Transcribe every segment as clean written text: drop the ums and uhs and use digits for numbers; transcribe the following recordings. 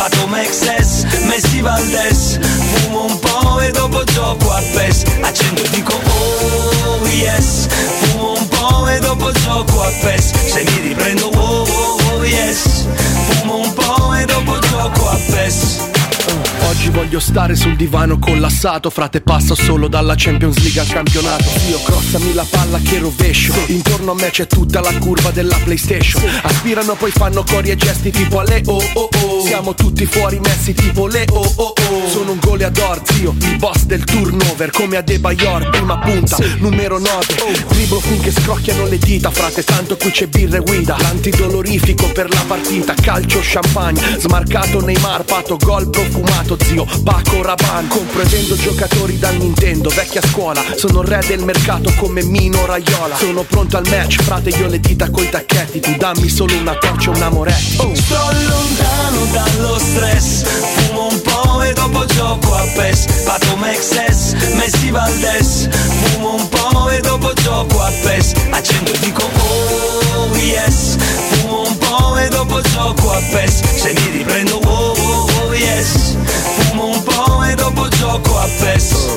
Pato Mexes, Messi Valdes. Fumo un po' e dopo gioco a PES. Accendo e dico oh yes. Fumo un po' e dopo gioco a PES. Se mi riprendo oh, oh, oh yes. Fumo un po' e dopo gioco a PES. Oggi voglio stare sul divano collassato. Frate, passo solo dalla Champions League al campionato. Io crossami la palla che rovescio. Intorno a me c'è tutta la curva della PlayStation. Aspirano poi fanno cori e gesti tipo alle oh oh oh. Siamo tutti fuori messi tipo le oh oh oh. Sono un goleador, zio, il boss del turnover. Come Adebayor, prima punta, numero 9. Dribblo finché scrocchiano le dita. Frate, tanto qui c'è birra e guida. L'antidolorifico per la partita. Calcio, champagne, smarcato Neymar. Pato, gol profumato, zio, Paco Rabanne. Compro e vendo giocatori da Nintendo. Vecchia scuola, sono re del mercato come Mino Raiola. Sono pronto al match, frate, io le dita coi tacchetti. Tu dammi solo una torcia, un amoretto. Sto lontano dallo stress. Fumo un po' e dopo gioco a PES. Pato Mexes, Messi Valdes. Fumo un po' e dopo gioco a PES. Accendo e dico oh yes. Fumo un po' e dopo gioco a PES. Se mi riprendo oh, oh, oh yes. Fumo un po' e dopo gioco a PES.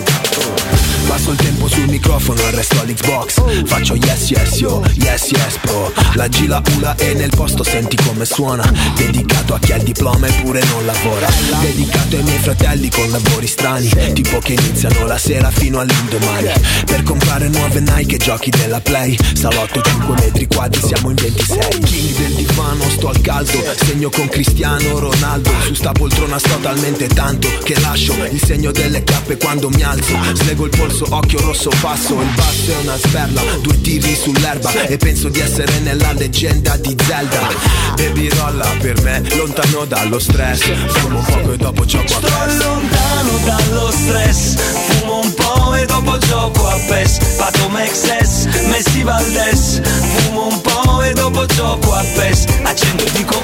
Passo il tempo sul microfono e resto all'Xbox. Faccio yes yes yo, yes yes bro. La G la ula e nel posto senti come suona. Dedicato a chi ha il diploma eppure non lavora. Dedicato ai miei fratelli con lavori strani, tipo che iniziano la sera fino all'indomani. Per comprare nuove Nike e giochi della Play. Salotto 5 metri quadri, siamo in 26. King del divano, sto al caldo. Segno con Cristiano Ronaldo. Su sta poltrona sto talmente tanto che lascio il segno delle cappe quando mi alzo. Slego il polso, occhio rosso, passo. Il basso è una sperla, 2 tiri sull'erba. E penso di essere nella leggenda di Zelda. Baby rolla per me, lontano dallo stress. Fumo un poco e dopo gioco a PES. Sto lontano dallo stress. Fumo un po' e dopo gioco a PES. Pato Mexes, Messi Valdes. Fumo un po' e dopo gioco a PES. Accendo e dico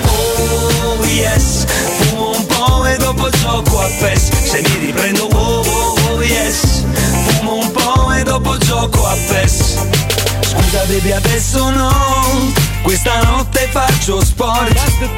oh yes. Fumo un po' e dopo gioco a PES. Se mi riprendo oh, oh, oh yes. Fumo un po' e dopo gioco a PES. Scusa baby adesso no. Questa notte faccio sport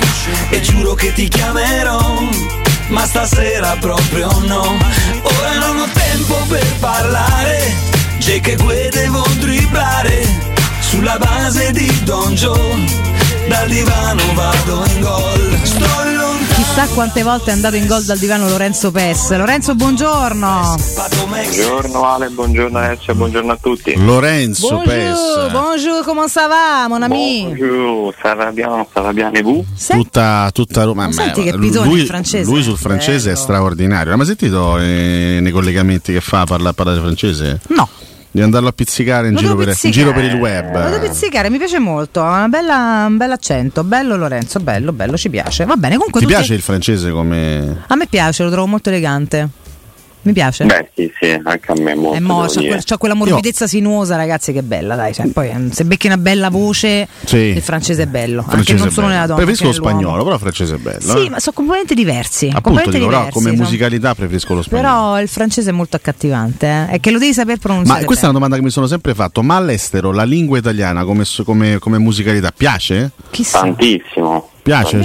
e giuro che ti chiamerò, ma stasera proprio no. Ora non ho tempo per parlare. Jake e Gue devo dribblare sulla base di Don Joe. Dal divano vado in gol. Sto lontano. Chissà quante volte è andato in gol dal divano Lorenzo Pes. Lorenzo, buongiorno. Buongiorno Ale, buongiorno Alessia, buongiorno a tutti. Lorenzo Pes. Bonjour, comment ça va, mon ami? Bonjour, ça va bien, et vous? Tutta Roma. Senti che pitone il francese. Lui sul francese bello. È straordinario. L'hai mai sentito nei collegamenti che fa a parlare francese? No. Di andarlo a pizzicare in giro per il web. Vado a pizzicare, mi piace molto. Ha un bel accento. Bello Lorenzo, bello, ci piace. Va bene, comunque. Ti piace il francese come. A me piace, lo trovo molto elegante. Mi piace? Beh, sì, anche a me molto. C'ha quella morbidezza sinuosa, ragazzi, che è bella, dai. Cioè, poi se becchi una bella voce, sì. Il francese è bello. Francese anche non solo nella donna. Preferisco lo spagnolo, però il francese è bello. Sì, ma sono completamente diversi. Appunto, però come musicalità preferisco lo spagnolo. Però il francese è molto accattivante, È che lo devi saper pronunciare. Ma questa è una domanda che mi sono sempre fatto. Ma all'estero la lingua italiana come musicalità piace? Chissà. Tantissimo. Piace? Sì.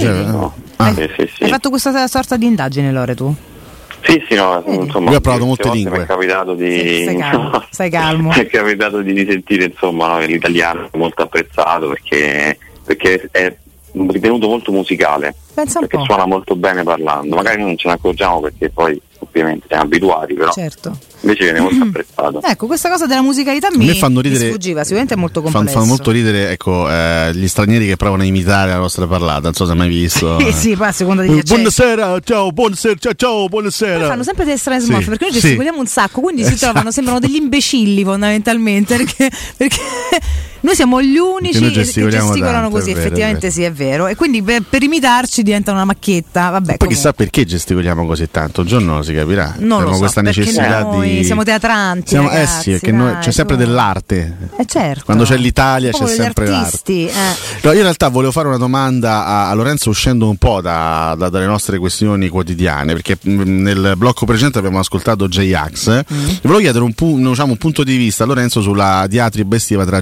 Hai fatto questa sorta di indagine, Lore, tu? Sì, no, insomma. Io ho provato molte lingue. Mi è capitato di. Stai calmo. Mi è capitato di risentire, insomma, l'italiano molto apprezzato perché è ritenuto molto musicale. Pensa un perché po'. Suona molto bene parlando. Magari non ce ne accorgiamo perché poi ovviamente siamo abituati, però. Certo. Invece viene molto apprezzato. Ecco, questa cosa della musicalità mi fanno ridere, mi sfuggiva, sicuramente è molto complesso. Fanno molto ridere, ecco, gli stranieri che provano a imitare la nostra parlata, non so se hai mai visto. Sì, poi a seconda di buonasera, ciao, buonasera. Poi fanno sempre delle strane smorfie, perché noi gesticoliamo un sacco, quindi si trovano, sembrano degli imbecilli fondamentalmente, perché noi siamo gli unici che gesticolano tanto, così, effettivamente sì, è vero. E quindi per imitarci diventa una macchietta. Vabbè, poi chissà perché gesticoliamo così tanto, un giorno si capirà. Non lo so, questa necessità noi siamo teatranti. Sì, perché c'è sempre dell'arte. Certo. Quando c'è l'Italia c'è sempre l'arte. No, io in realtà volevo fare una domanda a Lorenzo uscendo un po' dalle nostre questioni quotidiane, perché nel blocco precedente abbiamo ascoltato J-Ax. Volevo chiedere un punto di vista a Lorenzo sulla diatriba estiva tra J-Ax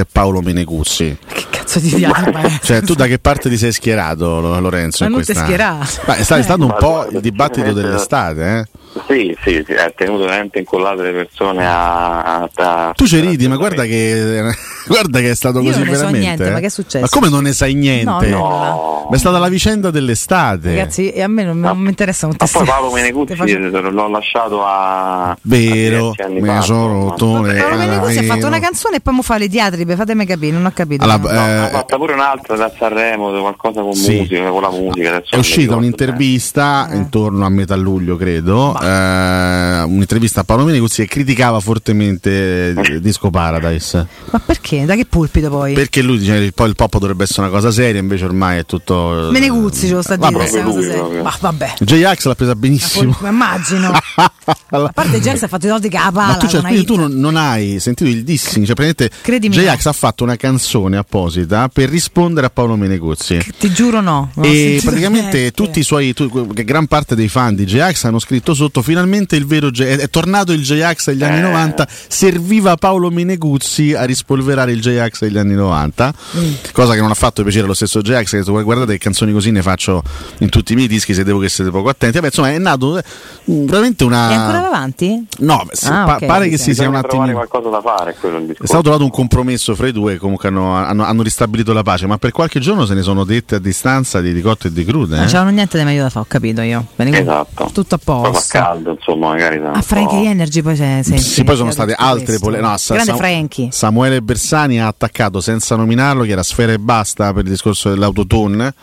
è Paolo Meneguzzi. Che cazzo ti piace? Cioè, tu da che parte ti sei schierato, Lorenzo? Ma non ti schierare. È stato un po' il dibattito dell'estate, Sì, ha tenuto veramente incollate le persone tu ci ridi, ma guarda che è stato io così non ne veramente. So niente, ma che è successo? Ma come non ne sai niente? No. Ma è stata la vicenda dell'estate. Ragazzi, e a me non mi interessa un testo. Ma poi Paolo Meneguzzi l'ho lasciato a vero, me sono rotto. Paolo Meneguzzi ha fatto una canzone e poi mo fa le diatribe, fatemi capire, non ho capito. Ha fatto pure un'altra da Sanremo, qualcosa con musica, con la musica. È uscita un'intervista intorno a metà luglio, credo. Un'intervista a Paolo Meneguzzi che criticava fortemente Disco Paradise. Ma perché? Da che pulpito poi? Perché lui dice poi il pop dovrebbe essere una cosa seria, invece ormai è tutto. Meneguzzi ce lo sta dicendo. Ma vabbè. J-Ax l'ha presa benissimo. Ma immagino. A parte J-Ax ha fatto i soldi capa. Ma tu non hai sentito il dissing, cioè praticamente J-Ax ha fatto una canzone apposita per rispondere a Paolo Meneguzzi. Ti giuro no. E praticamente tutti i suoi gran parte dei fan di J-Ax hanno scritto sotto: finalmente il vero è tornato il J-Ax degli anni 90, serviva Paolo Meneguzzi a rispolverare il J-Ax degli anni 90, cosa che non ha fatto piacere allo stesso J-Ax, che ha detto guardate che canzoni così ne faccio in tutti i miei dischi, se devo che siete poco attenti. Vabbè, insomma è nato veramente una. È ancora avanti? No, pare che sia un attimo qualcosa da fare, quello è stato trovato un compromesso fra i due, comunque hanno ristabilito la pace, ma per qualche giorno se ne sono dette a distanza di cotte e di crude. Non c'erano niente di meglio da fare, ho capito io. Esatto. Tutto a posto. Poi fa caldo, insomma, magari a Frankie Energy poi poi sono state altre grande Frankie. Samuele Bersani ha attaccato senza nominarlo, che era Sfera e Basta per il discorso dell'autotune,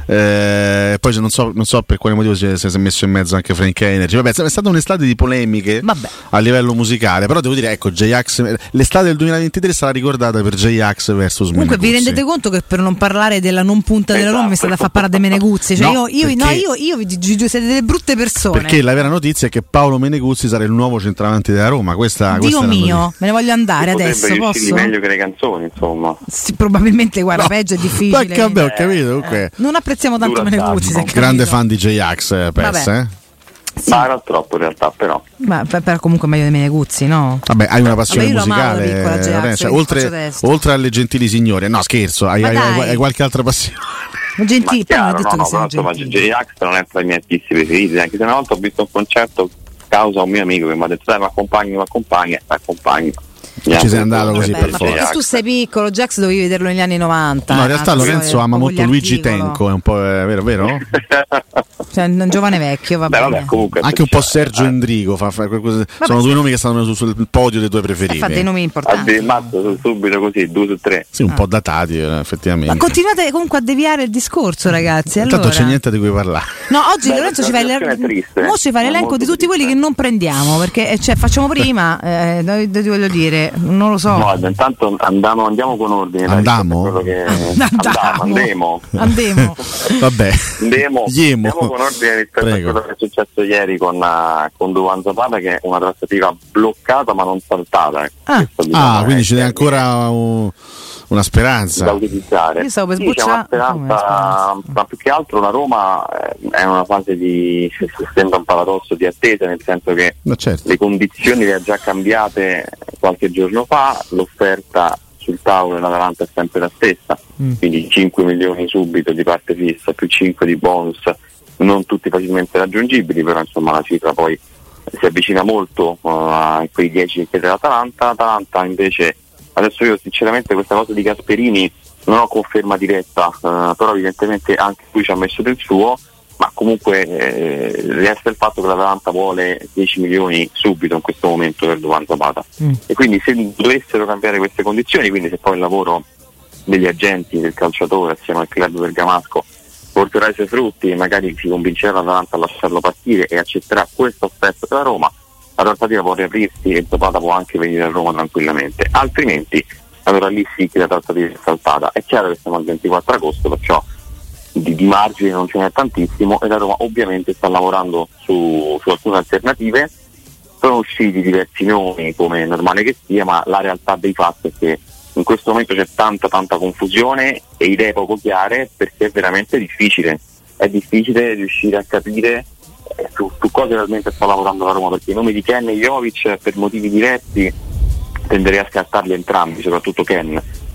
poi non so per quale motivo si è messo in mezzo anche Frankie Energy. Vabbè, è stata un'estate di polemiche a livello musicale, però devo dire, ecco, J-Ax, l'estate del 2023 sarà ricordata per J-Ax versus Meneguzzi. Comunque vi rendete conto che per non parlare della non punta della Roma è stata a far parare di Meneguzzi? Cioè io siete delle brutte persone. Perché la vera notizia è che Paolo Meneguzzi sarà il nuovo centravanti della Roma. Dio mio, me ne voglio andare adesso, posso? Meglio che le canzoni, insomma. Sì, probabilmente, guarda, peggio è difficile. Vabbè, ho capito, comunque. Non apprezziamo tanto Meneguzzi, grande fan di J-Ax, Pes, Sì. Ma era troppo in realtà, però. Ma però comunque meglio di Meneguzzi, no? Vabbè, hai una passione musicale, cioè, oltre alle gentili signore. No, scherzo, hai qualche altra passione? Gentili, chiaro, insomma, J-Ax non è tra i miei artisti preferiti, anche se una volta ho visto un concerto causa un mio amico che mi ha detto dai, mi accompagni. Ci sei andato così per forza. Perché tu sei piccolo, Jax dovevi vederlo negli anni 90. No, in realtà Lorenzo ama molto Luigi Tenco, è un po' vero? Cioè, un giovane vecchio, vabbè, comunque anche un po' Sergio Endrico, sono due nomi che stanno sul podio dei tuoi preferiti. Fa dei nomi importanti. Subito così, 2 su 3. Sì, un po' datati effettivamente. Ma continuate comunque a deviare il discorso, ragazzi. Allora. Tanto c'è niente di cui parlare. No, oggi Lorenzo ci fa l'elenco di tutti quelli che non prendiamo, perché facciamo prima, ti voglio dire, non lo so. No, intanto andiamo con ordine. Andiamo? Vabbè. Andiamo con ordine rispetto a quello che è successo ieri con Duvan Zapata, che è una trattativa bloccata ma non saltata. Quindi c'è ancora una speranza da utilizzare. Io stavo per c'è una speranza, ma più che altro la Roma è in una fase di, sembra un paradosso, di attesa, nel senso che le condizioni le ha già cambiate qualche giorno fa, l'offerta sul tavolo dell'Atalanta è sempre la stessa, quindi 5 milioni subito di parte fissa più 5 di bonus, non tutti facilmente raggiungibili, però insomma la cifra poi si avvicina molto a quei 10 che chiede l'Atalanta invece. Adesso io sinceramente questa cosa di Gasperini non ho conferma diretta, però evidentemente anche lui ci ha messo del suo, ma comunque resta il fatto che l'Atalanta vuole 10 milioni subito in questo momento per Duvan Zapata, e quindi se dovessero cambiare queste condizioni, quindi se poi il lavoro degli agenti del calciatore assieme al club bergamasco porterà i suoi frutti e magari si convincerà l'Atalanta a lasciarlo partire e accetterà questo aspetto della Roma, la trattativa può riaprirsi e Zapata può anche venire a Roma tranquillamente, altrimenti allora lì sì che la trattativa è saltata. È chiaro che siamo al 24 agosto, perciò di margine non ce n'è tantissimo e la Roma ovviamente sta lavorando su alcune alternative. Sono usciti diversi nomi, come è normale che sia, ma la realtà dei fatti è che in questo momento c'è tanta confusione e idee poco chiare, perché è veramente difficile. È difficile riuscire a capire su cosa realmente sta lavorando la Roma, perché i nomi di Ken e Jovic per motivi diretti tenderei a scartarli entrambi, soprattutto Ken,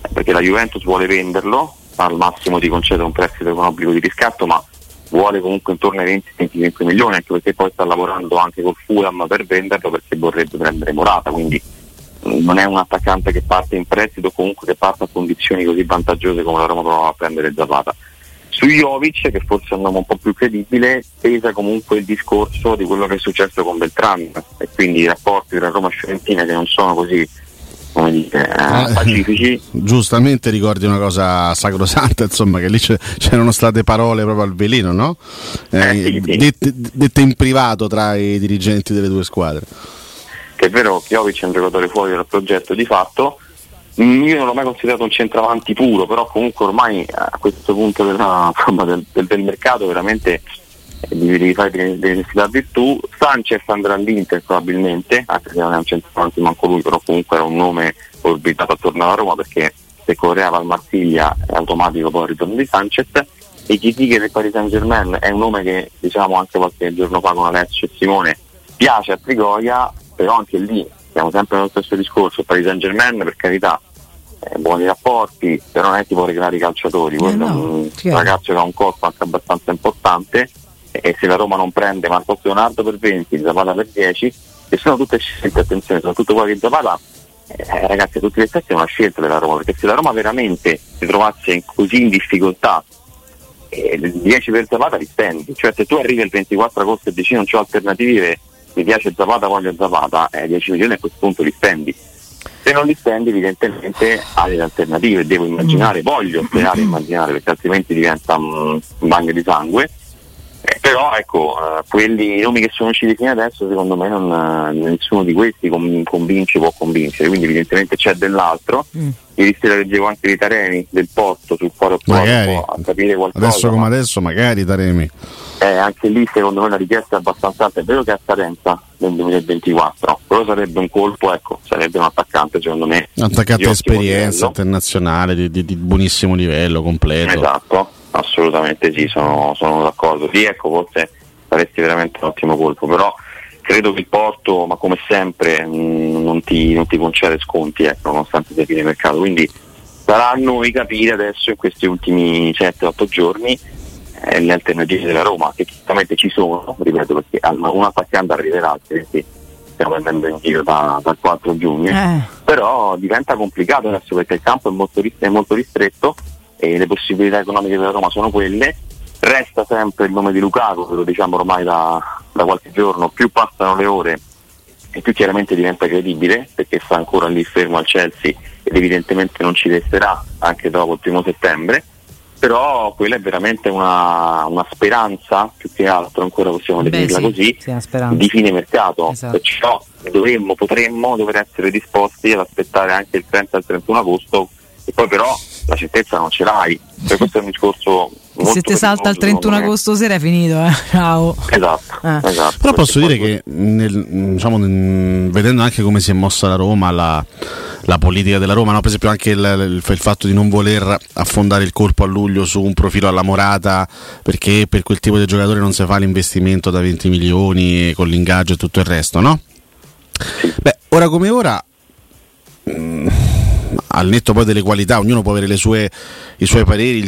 perché la Juventus vuole venderlo, al massimo ti concede un prestito con obbligo di riscatto, ma vuole comunque intorno ai 20-25 milioni, anche perché poi sta lavorando anche col Fulham per venderlo, perché vorrebbe prendere Morata, quindi non è un attaccante che parte in prestito, comunque che parte a condizioni così vantaggiose come la Roma provava a prendere Zapata. Su Jovic, che forse è un nome un po' più credibile, pesa comunque il discorso di quello che è successo con Beltrán, e quindi i rapporti tra Roma e Fiorentina che non sono così, come dire, pacifici. Giustamente ricordi una cosa sacrosanta, insomma, che lì c'erano state parole proprio al veleno, no? Sì. Dette in privato tra i dirigenti delle due squadre. Che è vero, Jovic è un giocatore fuori dal progetto di fatto. Io non l'ho mai considerato un centravanti puro, però comunque ormai a questo punto del mercato veramente devi fare di necessità virtù. Sanchez andrà all'Inter probabilmente, anche se non è un centravanti manco lui, però comunque era un nome orbitato attorno alla Roma, perché se Correa va al Marsiglia è automatico poi il ritorno di Sanchez. E Chichiche del Paris Saint-Germain è un nome che, diciamo, anche qualche giorno fa con Alessio e Simone piace a Trigoria, però anche lì siamo sempre nello stesso discorso. Il Paris Saint-Germain, per carità, buoni rapporti, però non è tipo regalare i calciatori, quello è un ragazzo che ha un corpo anche abbastanza importante, e se la Roma non prende Marcos Leonardo per 20, Zapata per 10, che sono tutte scelte, attenzione, soprattutto quella di Zapata, ragazzi, a tutti gli effetti è una scelta della Roma, perché se la Roma veramente si trovasse così in difficoltà, 10 per Zapata li spendi, cioè se tu arrivi il 24 agosto e dici non c'ho alternative, mi piace Zapata, voglio Zapata, 10 milioni a questo punto li spendi. Se non li spendi evidentemente hai delle alternative, devo immaginare, voglio sperare immaginare, perché altrimenti diventa un bagno di sangue. Però ecco, quelli, i nomi che sono usciti fino adesso, secondo me nessuno di questi può convincere, quindi evidentemente c'è dell'altro. Ieri sera leggevo anche di Taremi, del Porto, sul quale ho provato a capire qualcosa. Adesso come adesso magari Taremi. Anche lì secondo me la richiesta è abbastanza alta, è vero che è a scadenza nel 2024, però sarebbe un colpo, ecco, sarebbe un attaccante secondo me. Un attaccante di esperienza internazionale, di buonissimo livello, completo. Esatto. Assolutamente sì, sono d'accordo. Sì, ecco, forse saresti veramente un ottimo colpo, però credo che il Porto, ma come sempre, non ti concede sconti, ecco, nonostante sia fine mercato. Quindi sarà a noi capire adesso, in questi ultimi 7-8 giorni, le alternative della Roma, che chiaramente ci sono, ripeto, perché un attaccante arriverà, altrimenti stiamo andando in giro dal 4 giugno. Però diventa complicato adesso, perché il campo è molto ristretto, e le possibilità economiche della Roma sono quelle. Resta sempre il nome di Lukaku, che lo diciamo ormai da qualche giorno, più passano le ore e più chiaramente diventa credibile, perché sta ancora lì fermo al Chelsea ed evidentemente non ci resterà anche dopo il 1 settembre. Però quella è veramente una speranza, più che altro ancora possiamo definirla così, di fine mercato. Esatto. Perciò potremmo dover essere disposti ad aspettare anche il 30 e il 31 agosto, e poi però la certezza non ce l'hai, cioè, questo è un discorso molto se ti salta il 31 agosto sera è finito, ciao. Esatto. Però posso dire che vedendo anche come si è mossa la Roma, la politica della Roma, no? Per esempio anche il fatto di non voler affondare il colpo a luglio su un profilo alla Morata, perché per quel tipo di giocatore non si fa l'investimento da 20 milioni con l'ingaggio e tutto il resto, no? Sì. Beh, ora come ora, al netto poi delle qualità, ognuno può avere i suoi pareri,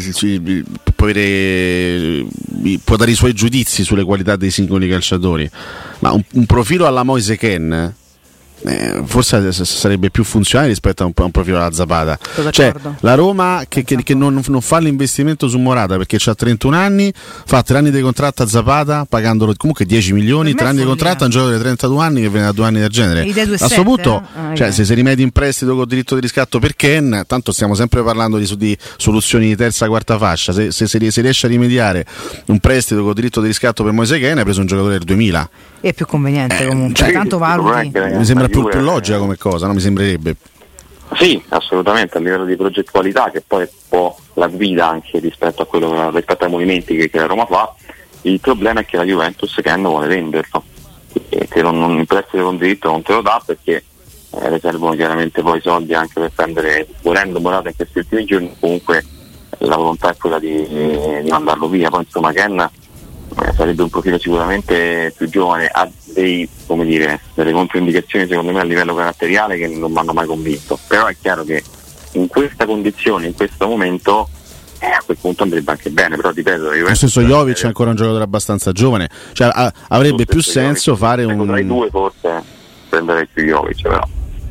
può dare i suoi giudizi sulle qualità dei singoli calciatori, ma un profilo alla Moise Kean forse sarebbe più funzionale rispetto a un profilo alla Zapata. Cioè la Roma che non fa l'investimento su Morata perché ha 31 anni, fa 3 anni di contratto a Zapata pagandolo comunque 10 milioni, 3 anni di contratto a un giocatore di 32 anni che viene da 2 anni del genere. A questo punto se rimedi in prestito con diritto di riscatto per Kean, tanto stiamo sempre parlando di soluzioni di terza quarta fascia, se riesce a rimediare un prestito con diritto di riscatto per Moise Kean, hai preso un giocatore del 2000. È più conveniente comunque, tanto valuti. Mi sembra più logica come cosa, no? Mi sembrerebbe. Sì, assolutamente, a livello di progettualità, che poi è un po' la guida anche rispetto ai movimenti che la Roma fa. Il problema è che la Juventus Kean vuole venderlo, e che il prestito con diritto non te lo dà, perché le servono chiaramente poi soldi anche per prendere, volendo Morata in questi ultimi giorni. Comunque la volontà è quella di mandarlo via. Poi insomma Kean sarebbe un profilo sicuramente più giovane, ha delle controindicazioni secondo me a livello caratteriale che non mi hanno mai convinto, però è chiaro che in questa condizione, in questo momento, a quel punto andrebbe anche bene, però ripeto, nel senso Jovic è ancora un giocatore abbastanza giovane, cioè avrebbe più senso Jovic, fare un... Tra i due forse prenderei più Jovic, però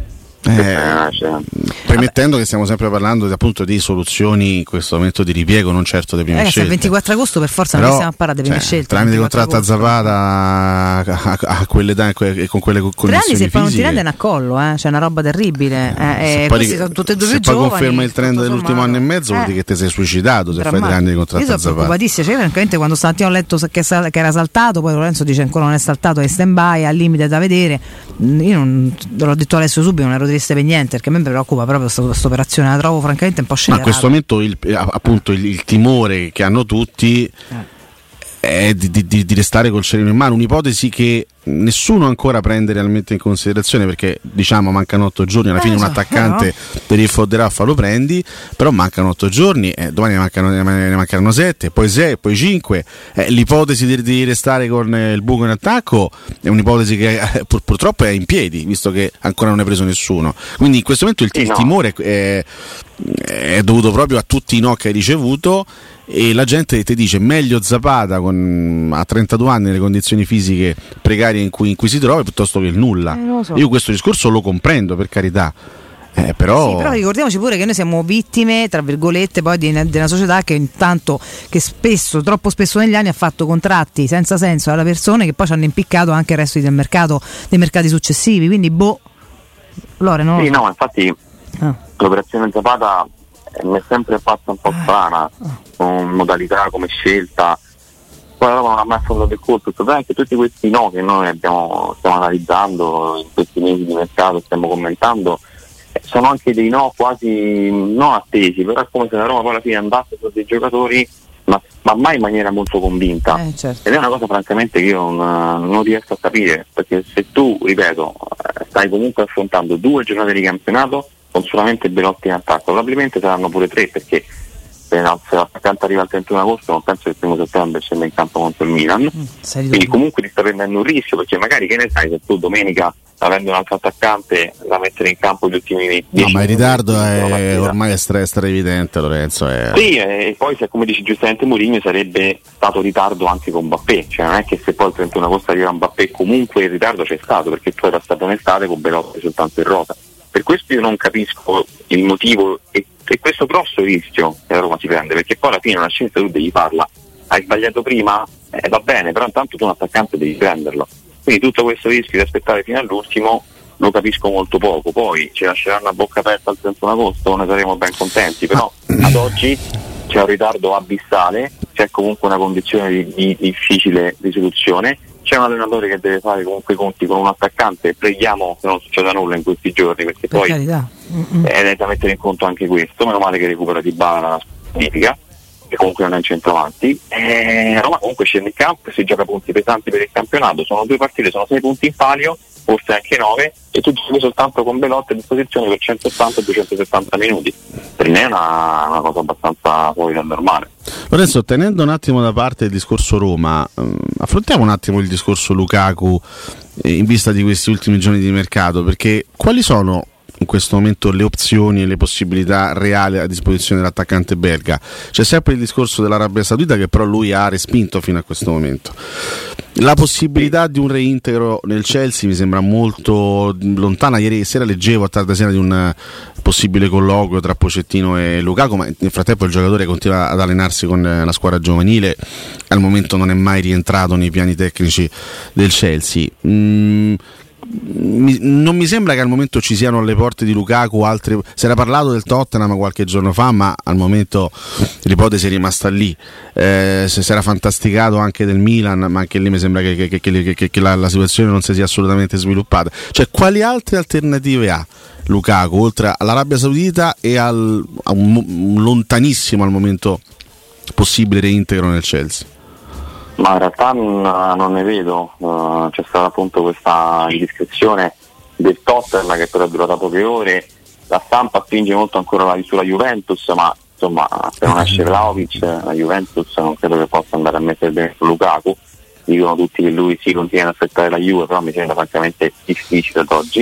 premettendo che stiamo sempre parlando appunto di soluzioni in questo momento di ripiego, non certo delle prime scelte. Il 24 agosto per forza non stiamo a parlare delle prime scelte. Tramite contratto a Zapata a quell'età e con quelle condizioni 3 anni se poi non ti fisiche, rende un accollo, c'è una roba terribile. Questi sono tutte e due se giovani. poi conferma il trend dell'ultimo anno e mezzo vuol dire che ti sei suicidato se fai 3 anni di contratto a Zapata. Io sono preoccupatissima, cioè, francamente quando stamattina ho letto che era saltato, poi Lorenzo dice ancora non è saltato, è stand by, al limite da vedere. Io non l'ho detto adesso subito, non ero triste per niente, perché a me mi preoccupa proprio questa operazione, la trovo francamente un po' scellerata. Ma in questo momento il timore che hanno tutti è di restare col cerino in mano, un'ipotesi che nessuno ancora prende realmente in considerazione, perché diciamo mancano 8 giorni, alla fine un attaccante per il Fodderaffa lo prendi, però mancano 8 giorni, domani ne mancheranno 7, poi 6, poi 5, l'ipotesi di restare con il buco in attacco è un'ipotesi che purtroppo è in piedi, visto che ancora non è preso nessuno, quindi in questo momento il timore è dovuto proprio a tutti i no che hai ricevuto, e la gente ti dice meglio Zapata a 32 anni nelle condizioni fisiche precarie in cui si trova piuttosto che il nulla. Io questo discorso lo comprendo, per carità, però ricordiamoci pure che noi siamo vittime tra virgolette poi di una società che intanto troppo spesso negli anni ha fatto contratti senza senso alla persone che poi ci hanno impiccato anche il resto del mercato, dei mercati successivi, quindi Lore no? Sì, no, infatti l'operazione Zapata mi è sempre fatta un po' strana, con modalità, come scelta, poi la Roma non ha mai affrontato il colpo. Il problema è che tutti questi no che noi stiamo analizzando in questi mesi di mercato, stiamo commentando, sono anche dei no quasi non attesi, però è come se la Roma poi alla fine andasse su dei giocatori ma mai in maniera molto convinta, certo. Ed è una cosa francamente che io non riesco a capire, perché se tu, ripeto, stai comunque affrontando 2 giornate di campionato con solamente Belotti in attacco, probabilmente saranno pure 3, perché se l'attaccante arriva il 31 agosto non penso che il 1 settembre scenda in campo contro il Milan, quindi comunque ti sta prendendo un rischio, perché magari, che ne sai, se tu domenica avendo un altro attaccante da mettere in campo gli ultimi 10 minuti. Ma il ritardo ormai è stra evidente, Lorenzo. Sì, e poi se, come dice giustamente Mourinho, sarebbe stato ritardo anche con Mbappé, cioè non è che se poi il 31 agosto arriva Mbappé comunque il ritardo c'è stato, perché tu era stato in estate con Belotti soltanto in rosa. Per questo io non capisco il motivo e questo grosso rischio che la Roma si prende, perché poi alla fine una scelta tu devi farla, hai sbagliato prima, va bene, però intanto tu un attaccante devi prenderlo, quindi tutto questo rischio di aspettare fino all'ultimo lo capisco molto poco. Poi ci lasceranno a bocca aperta il 31 agosto, ne saremo ben contenti, però ad oggi c'è un ritardo abissale, c'è comunque una condizione di difficile risoluzione, c'è un allenatore che deve fare comunque i conti con un attaccante, preghiamo che non succeda nulla in questi giorni, perché poi è da mettere in conto anche questo. Meno male che recupera Dybala la squalifica, che comunque non è in centravanti. Roma comunque scende in campo e si gioca punti pesanti per il campionato, sono 2 partite, sono 6 punti in palio, forse anche 9, e tu giochi soltanto con Belotti a disposizione per 180-270 minuti. Per me è una cosa abbastanza fuori dal normale. Lorenzo, tenendo un attimo da parte il discorso Roma, affrontiamo un attimo il discorso Lukaku in vista di questi ultimi giorni di mercato, perché quali sono in questo momento le opzioni e le possibilità reali a disposizione dell'attaccante belga? C'è sempre il discorso dell'Arabia Saudita, che però lui ha respinto fino a questo momento. La possibilità di un reintegro nel Chelsea mi sembra molto lontana. Ieri sera leggevo a tarda sera di un possibile colloquio tra Pochettino e Lukaku, ma nel frattempo il giocatore continua ad allenarsi con la squadra giovanile, al momento non è mai rientrato nei piani tecnici del Chelsea. Non mi sembra che al momento ci siano alle porte di Lukaku altre. Si era parlato del Tottenham qualche giorno fa, ma al momento l'ipotesi è rimasta lì. Si era fantasticato anche del Milan, ma anche lì mi sembra che la situazione non si sia assolutamente sviluppata. Cioè, quali altre alternative ha Lukaku oltre all'Arabia Saudita e a un lontanissimo al momento possibile reintegro nel Chelsea? Ma in realtà non ne vedo. C'è stata appunto questa indiscrezione del Tottenham che però è durata poche ore. La stampa spinge molto ancora sulla Juventus, ma insomma se non esce Vlahovic la Juventus non credo che possa andare a mettere dentro Lukaku. Dicono tutti che lui si continua ad aspettare la Juve, però mi sembra francamente difficile ad oggi.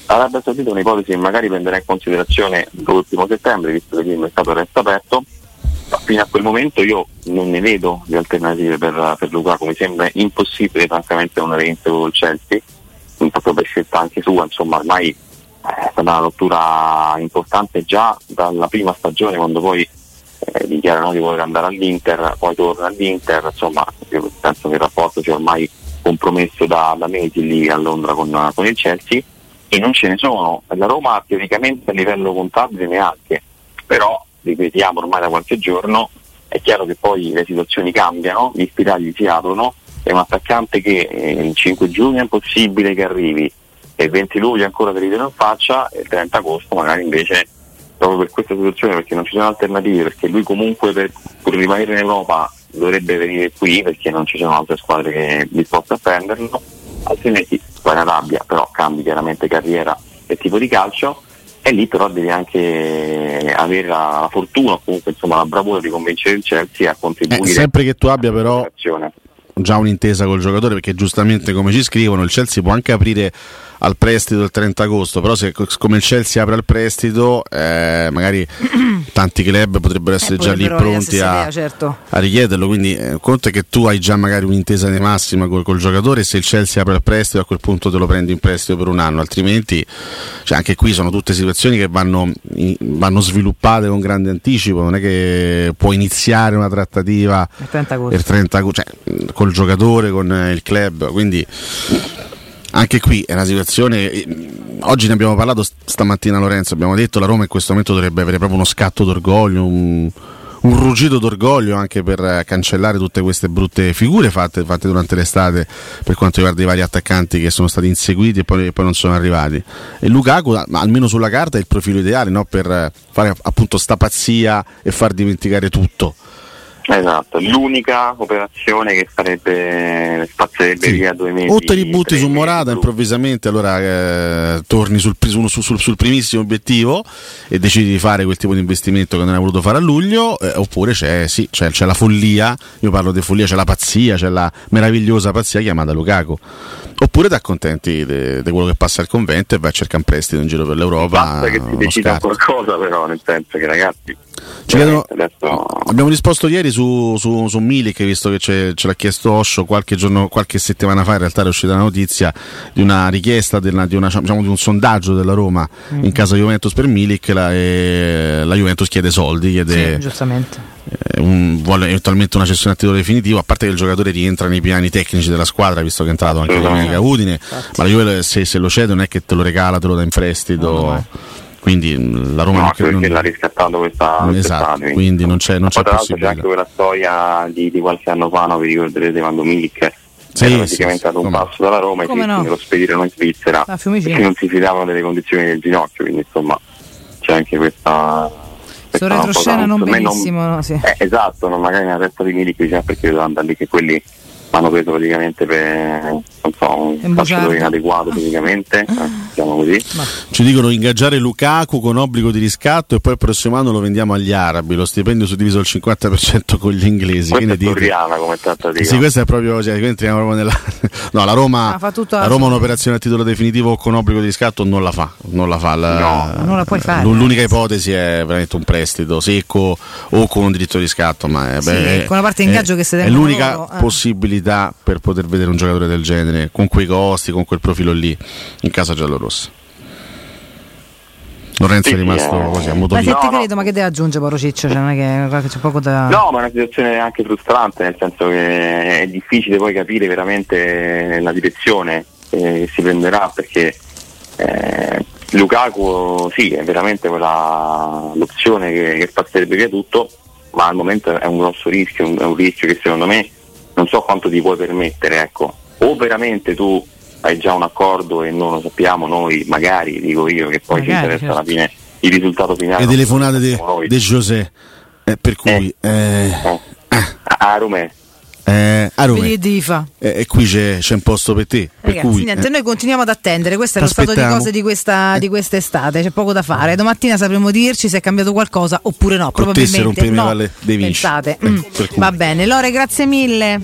L'Arabia Saudita è un'ipotesi che magari prenderà in considerazione dopo il 1 settembre, visto che il mercato resta aperto. Fino a quel momento io non ne vedo di alternative per Lukaku, mi sembra impossibile francamente un reintegro col Chelsea, proprio per scelta anche sua, insomma ormai è stata una rottura importante già dalla prima stagione, quando poi dichiarano di voler andare all'Inter, poi torna all'Inter, insomma io penso che il rapporto sia ormai compromesso da mesi lì a Londra con il Chelsea, e non ce ne sono. La Roma teoricamente a livello contabile neanche, però ripetiamo ormai da qualche giorno, è chiaro che poi le situazioni cambiano, gli spiragli si aprono, è un attaccante che il 5 giugno è impossibile che arrivi, e il 20 luglio ancora te ridere in faccia, e il 30 agosto magari invece, proprio per questa situazione, perché non ci sono alternative, perché lui comunque per rimanere in Europa dovrebbe venire qui, perché non ci sono altre squadre che disposte a prenderlo, altrimenti vai in Arabia, però cambi chiaramente carriera e tipo di calcio, e lì però devi anche avere la fortuna, o comunque insomma la bravura di convincere il Chelsea a contribuire. Sempre che tu abbia però già un'intesa col giocatore, perché giustamente come ci scrivono il Chelsea può anche aprire al prestito il 30 agosto, però se come il Chelsea apre al prestito magari tanti club potrebbero essere già lì pronti a richiederlo, quindi conto è che tu hai già magari un'intesa di massima col giocatore, se il Chelsea apre al prestito a quel punto te lo prendi in prestito per un anno, altrimenti anche qui sono tutte situazioni che vanno sviluppate con grande anticipo, non è che puoi iniziare una trattativa il 30 agosto, col giocatore, con il club, quindi anche qui è una situazione. Oggi ne abbiamo parlato stamattina, Lorenzo, abbiamo detto la Roma in questo momento dovrebbe avere proprio uno scatto d'orgoglio, un ruggito d'orgoglio anche per cancellare tutte queste brutte figure fatte durante l'estate per quanto riguarda i vari attaccanti che sono stati inseguiti e poi non sono arrivati. E Lukaku, almeno sulla carta, è il profilo ideale, no? Per fare appunto sta pazzia e far dimenticare tutto. Esatto, l'unica operazione che spazzerebbe via 2 mesi. O te li butti su Morata improvvisamente, allora torni sul primissimo obiettivo e decidi di fare quel tipo di investimento che non hai voluto fare a luglio, oppure c'è la follia, io parlo di follia, c'è la pazzia, c'è la meravigliosa pazzia chiamata Lukaku. Oppure ti accontenti di quello che passa al convento e vai a cercare un prestito in giro per l'Europa. Basta che si decida qualcosa, però, nel senso che ragazzi abbiamo risposto ieri su Milik, visto che ce l'ha chiesto Osho qualche settimana fa, in realtà è uscita la notizia di una richiesta di un sondaggio della Roma in casa Juventus per Milik, la Juventus chiede soldi, giustamente. Vuole eventualmente una cessione a titolo definitivo, a parte che il giocatore rientra nei piani tecnici della squadra, visto che è entrato anche domenica a Udine, ma la Juve se lo cede non è che te lo regala, te lo dà in prestito. Quindi la Roma perché l'ha riscattato questa esatto, quindi non c'è possibilità. C'è anche quella storia di qualche anno fa, no? Vi ricorderete quando Milik era praticamente ad un passo dalla Roma e lo spedirono in Svizzera perché non si fidavano delle condizioni del ginocchio, quindi insomma c'è anche questa retroscena non benissimo, sì. Esatto, magari nella testa di Milik perché devo andare lì, che quelli hanno preso praticamente per un calciatore inadeguato fisicamente, diciamo così. Ci dicono ingaggiare Lukaku con obbligo di riscatto e poi il prossimo anno lo vendiamo agli arabi, lo stipendio suddiviso al 50% con gli inglesi. Questa è Torriana come trattativa. Sì, questa è proprio, entriamo proprio nella no, la Roma un'operazione a titolo definitivo con obbligo di riscatto non la fa, non la puoi fare. L'unica ipotesi è veramente un prestito secco o con un diritto di riscatto, ma con una parte di ingaggio che è l'unica possibilità per poter vedere un giocatore del genere con quei costi, con quel profilo lì in casa giallorossa. Lorenzo è rimasto così a moto. Ma che credo, ma che deve aggiungere Paolo Ciccio? Cioè, non è che c'è poco da. No, ma è una situazione anche frustrante, nel senso che è difficile poi capire veramente la direzione che si prenderà, perché Lukaku sì, è veramente l'opzione che spazzerebbe via tutto, ma al momento è un grosso rischio, è un rischio che secondo me non so quanto ti puoi permettere, ecco. O veramente tu hai già un accordo e non lo sappiamo noi, magari, dico io, che poi ci interessa alla fine il risultato finale. Le telefonate di José, per cui a Roma. E qui c'è un posto per te. Ragazzi, per cui, niente, noi continuiamo ad attendere. Questo è lo stato di cose di quest'estate. C'è poco da fare. Domattina sapremo dirci se è cambiato qualcosa oppure no. Probabilmente no. Pensate. Va bene, Lore, grazie mille.